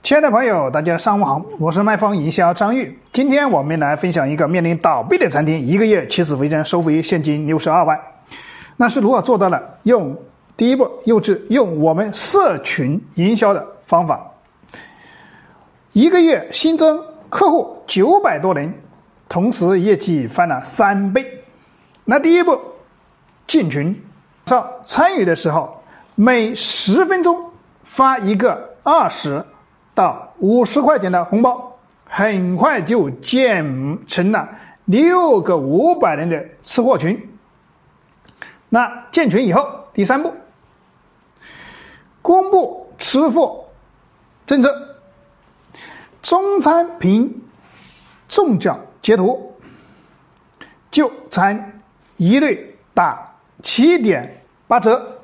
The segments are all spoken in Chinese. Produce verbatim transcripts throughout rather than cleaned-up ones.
亲爱的朋友，大家上午好，我是卖方营销张玉。今天我们来分享一个面临倒闭的餐厅，一个月起死回生，收回现金六十二万。那是如何做到的？用第一步，幼稚用我们社群营销的方法，一个月新增客户九百多人，同时业绩翻了三倍。那第一步，进群，上参与的时候，每十分钟发一个二十到五十块钱的红包，很快就建成了六个五百人的吃货群。那建群以后，第三步，公布吃货政策，中餐凭中奖截图，就餐一律打七点八折，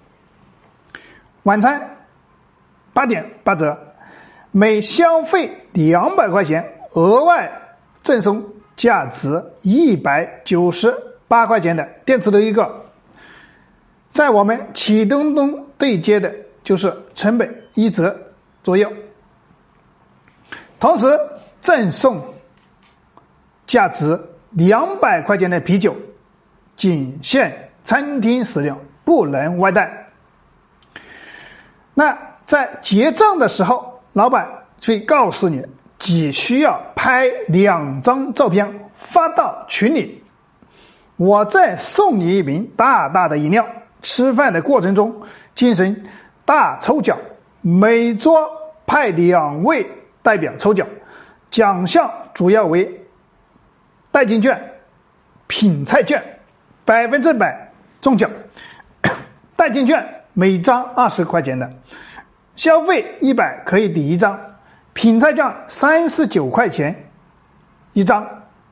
晚餐八点八折，每消费两百块钱额外赠送价值一百九十八块钱的电磁炉一个。在我们启东东对接的就是成本一折左右，同时赠送价值两百块钱的啤酒，仅限餐厅使用，不能外带。那在结账的时候，老板会告诉你只需要拍两张照片发到群里，我再送你一瓶大大的饮料。吃饭的过程中进行大抽奖，每桌派两位代表抽奖，奖项主要为代金券、品菜券，百分之百中奖。代金券每张二十块钱的，消费一百可以抵一张，品菜券三十九块钱一张，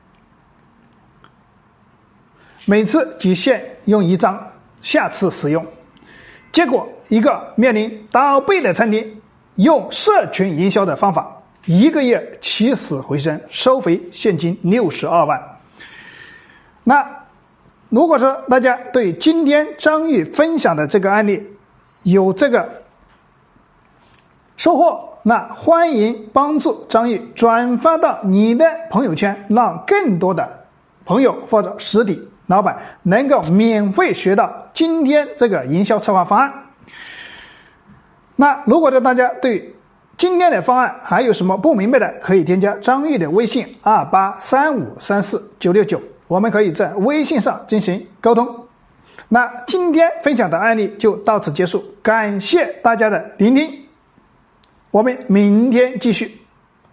每次只限用一张，下次使用。结果一个面临倒闭的餐厅，用社群营销的方法，一个月起死回生，收回现金六十二万。那如果说大家对今天张玉分享的这个案例有这个收获，那欢迎帮助张玉转发到你的朋友圈，让更多的朋友或者实体老板能够免费学到今天这个营销策划方案。那如果说大家对今天的方案还有什么不明白的，可以添加张玉的微信二八三五三四九六九，我们可以在微信上进行沟通。那今天分享的案例就到此结束，感谢大家的聆听，我们明天继续。